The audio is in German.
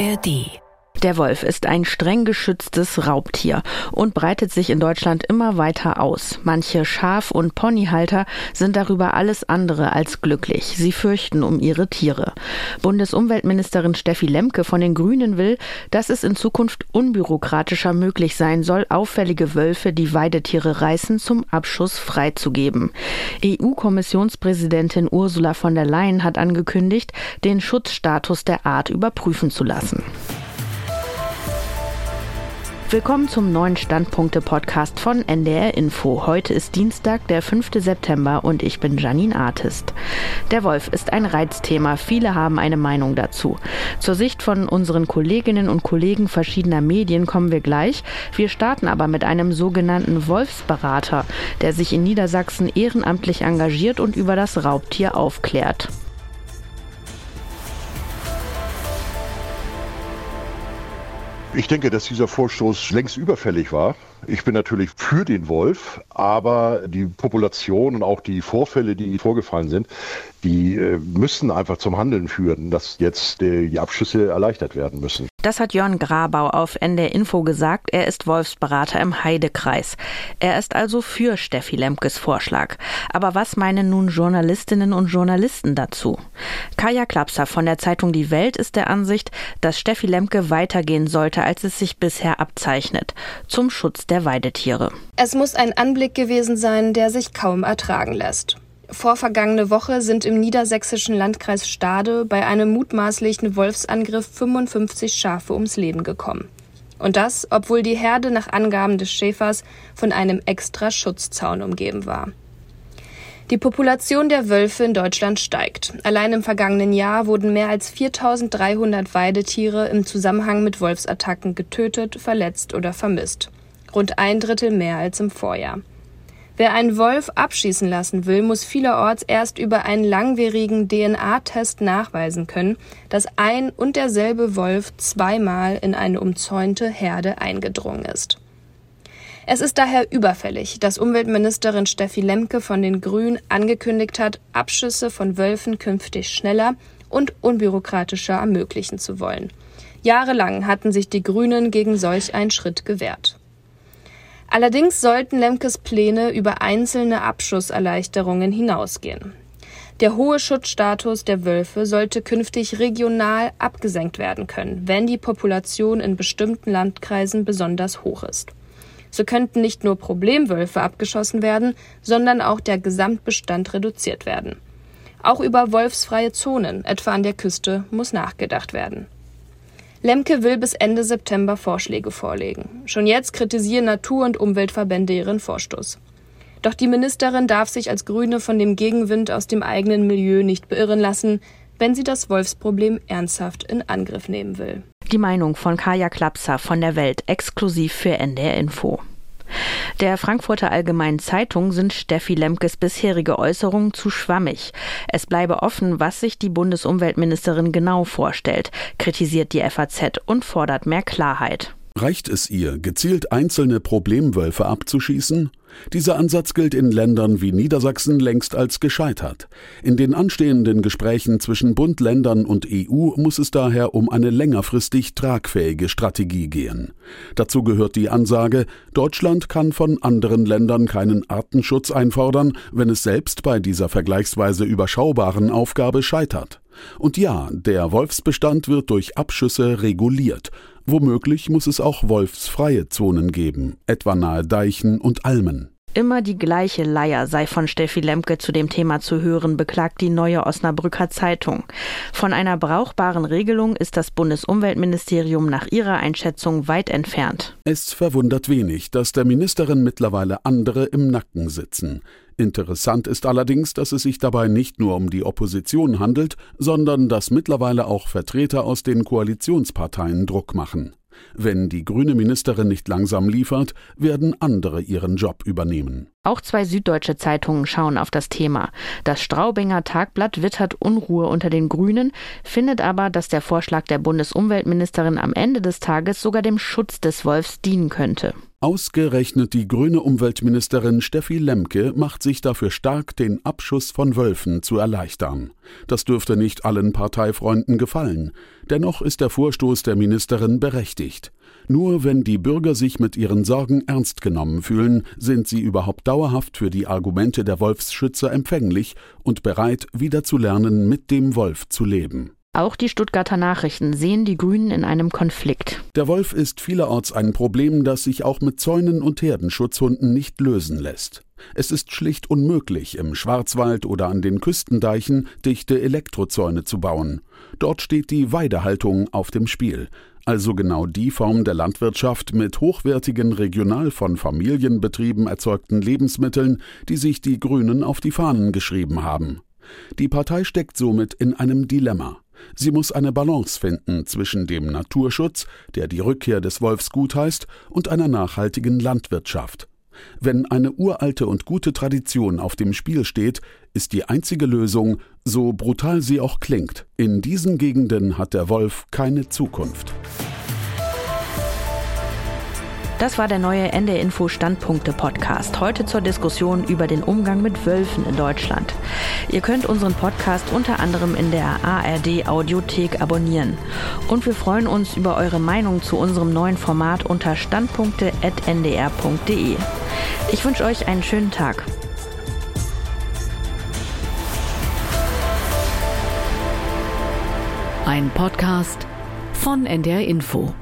ARD. Der Wolf ist ein streng geschütztes Raubtier und breitet sich in Deutschland immer weiter aus. Manche Schaf- und Ponyhalter sind darüber alles andere als glücklich. Sie fürchten um ihre Tiere. Bundesumweltministerin Steffi Lemke von den Grünen will, dass es in Zukunft unbürokratischer möglich sein soll, auffällige Wölfe, die Weidetiere reißen, zum Abschuss freizugeben. EU-Kommissionspräsidentin Ursula von der Leyen hat angekündigt, den Schutzstatus der Art überprüfen zu lassen. Willkommen zum neuen Standpunkte-Podcast von NDR Info. Heute ist Dienstag, der 5. September und ich bin Janine Artist. Der Wolf ist ein Reizthema. Viele haben eine Meinung dazu. Zur Sicht von unseren Kolleginnen und Kollegen verschiedener Medien kommen wir gleich. Wir starten aber mit einem sogenannten Wolfsberater, der sich in Niedersachsen ehrenamtlich engagiert und über das Raubtier aufklärt. Ich denke, dass dieser Vorstoß längst überfällig war. Ich bin natürlich für den Wolf, aber die Population und auch die Vorfälle, die vorgefallen sind, die müssen einfach zum Handeln führen, dass jetzt die Abschüsse erleichtert werden müssen. Das hat Jörn Grabau auf NDR Info gesagt. Er ist Wolfsberater im Heidekreis. Er ist also für Steffi Lemkes Vorschlag. Aber was meinen nun Journalistinnen und Journalisten dazu? Kaja Klapser von der Zeitung Die Welt ist der Ansicht, dass Steffi Lemke weitergehen sollte, als es sich bisher abzeichnet, zum Schutz der Weidetiere. Es muss ein Anblick gewesen sein, der sich kaum ertragen lässt. Vorvergangene Woche sind im niedersächsischen Landkreis Stade bei einem mutmaßlichen Wolfsangriff 55 Schafe ums Leben gekommen. Und das, obwohl die Herde nach Angaben des Schäfers von einem extra Schutzzaun umgeben war. Die Population der Wölfe in Deutschland steigt. Allein im vergangenen Jahr wurden mehr als 4.300 Weidetiere im Zusammenhang mit Wolfsattacken getötet, verletzt oder vermisst. Rund 1/3 mehr als im Vorjahr. Wer einen Wolf abschießen lassen will, muss vielerorts erst über einen langwierigen DNA-Test nachweisen können, dass ein und derselbe Wolf zweimal in eine umzäunte Herde eingedrungen ist. Es ist daher überfällig, dass Umweltministerin Steffi Lemke von den Grünen angekündigt hat, Abschüsse von Wölfen künftig schneller und unbürokratischer ermöglichen zu wollen. Jahrelang hatten sich die Grünen gegen solch einen Schritt gewehrt. Allerdings sollten Lemkes Pläne über einzelne Abschusserleichterungen hinausgehen. Der hohe Schutzstatus der Wölfe sollte künftig regional abgesenkt werden können, wenn die Population in bestimmten Landkreisen besonders hoch ist. So könnten nicht nur Problemwölfe abgeschossen werden, sondern auch der Gesamtbestand reduziert werden. Auch über wolfsfreie Zonen, etwa an der Küste, muss nachgedacht werden. Lemke will bis Ende September Vorschläge vorlegen. Schon jetzt kritisieren Natur- und Umweltverbände ihren Vorstoß. Doch die Ministerin darf sich als Grüne von dem Gegenwind aus dem eigenen Milieu nicht beirren lassen, wenn sie das Wolfsproblem ernsthaft in Angriff nehmen will. Die Meinung von Kaja Klapser von der Welt, exklusiv für NDR Info. Der Frankfurter Allgemeinen Zeitung sind Steffi Lemkes bisherige Äußerungen zu schwammig. Es bleibe offen, was sich die Bundesumweltministerin genau vorstellt, kritisiert die FAZ und fordert mehr Klarheit. Reicht es ihr, gezielt einzelne Problemwölfe abzuschießen? Dieser Ansatz gilt in Ländern wie Niedersachsen längst als gescheitert. In den anstehenden Gesprächen zwischen Bund, Ländern und EU muss es daher um eine längerfristig tragfähige Strategie gehen. Dazu gehört die Ansage, Deutschland kann von anderen Ländern keinen Artenschutz einfordern, wenn es selbst bei dieser vergleichsweise überschaubaren Aufgabe scheitert. Und ja, der Wolfsbestand wird durch Abschüsse reguliert. Womöglich muss es auch wolfsfreie Zonen geben, etwa nahe Deichen und Almen. Immer die gleiche Leier sei von Steffi Lemke zu dem Thema zu hören, beklagt die Neue Osnabrücker Zeitung. Von einer brauchbaren Regelung ist das Bundesumweltministerium nach ihrer Einschätzung weit entfernt. Es verwundert wenig, dass der Ministerin mittlerweile andere im Nacken sitzen. Interessant ist allerdings, dass es sich dabei nicht nur um die Opposition handelt, sondern dass mittlerweile auch Vertreter aus den Koalitionsparteien Druck machen. Wenn die grüne Ministerin nicht langsam liefert, werden andere ihren Job übernehmen. Auch 2 süddeutsche Zeitungen schauen auf das Thema. Das Straubinger Tagblatt wittert Unruhe unter den Grünen, findet aber, dass der Vorschlag der Bundesumweltministerin am Ende des Tages sogar dem Schutz des Wolfs dienen könnte. Ausgerechnet die grüne Umweltministerin Steffi Lemke macht sich dafür stark, den Abschuss von Wölfen zu erleichtern. Das dürfte nicht allen Parteifreunden gefallen. Dennoch ist der Vorstoß der Ministerin berechtigt. Nur wenn die Bürger sich mit ihren Sorgen ernst genommen fühlen, sind sie überhaupt dauerhaft für die Argumente der Wolfsschützer empfänglich und bereit, wieder zu lernen, mit dem Wolf zu leben. Auch die Stuttgarter Nachrichten sehen die Grünen in einem Konflikt. Der Wolf ist vielerorts ein Problem, das sich auch mit Zäunen und Herdenschutzhunden nicht lösen lässt. Es ist schlicht unmöglich, im Schwarzwald oder an den Küstendeichen dichte Elektrozäune zu bauen. Dort steht die Weidehaltung auf dem Spiel, also genau die Form der Landwirtschaft mit hochwertigen, regional von Familienbetrieben erzeugten Lebensmitteln, die sich die Grünen auf die Fahnen geschrieben haben. Die Partei steckt somit in einem Dilemma. Sie muss eine Balance finden zwischen dem Naturschutz, der die Rückkehr des Wolfs gutheißt, und einer nachhaltigen Landwirtschaft. Wenn eine uralte und gute Tradition auf dem Spiel steht, ist die einzige Lösung, so brutal sie auch klingt: in diesen Gegenden hat der Wolf keine Zukunft. Das war der neue NDR Info Standpunkte-Podcast. Heute zur Diskussion über den Umgang mit Wölfen in Deutschland. Ihr könnt unseren Podcast unter anderem in der ARD-Audiothek abonnieren. Und wir freuen uns über eure Meinung zu unserem neuen Format unter standpunkte@ndr.de. Ich wünsche euch einen schönen Tag. Ein Podcast von NDR Info.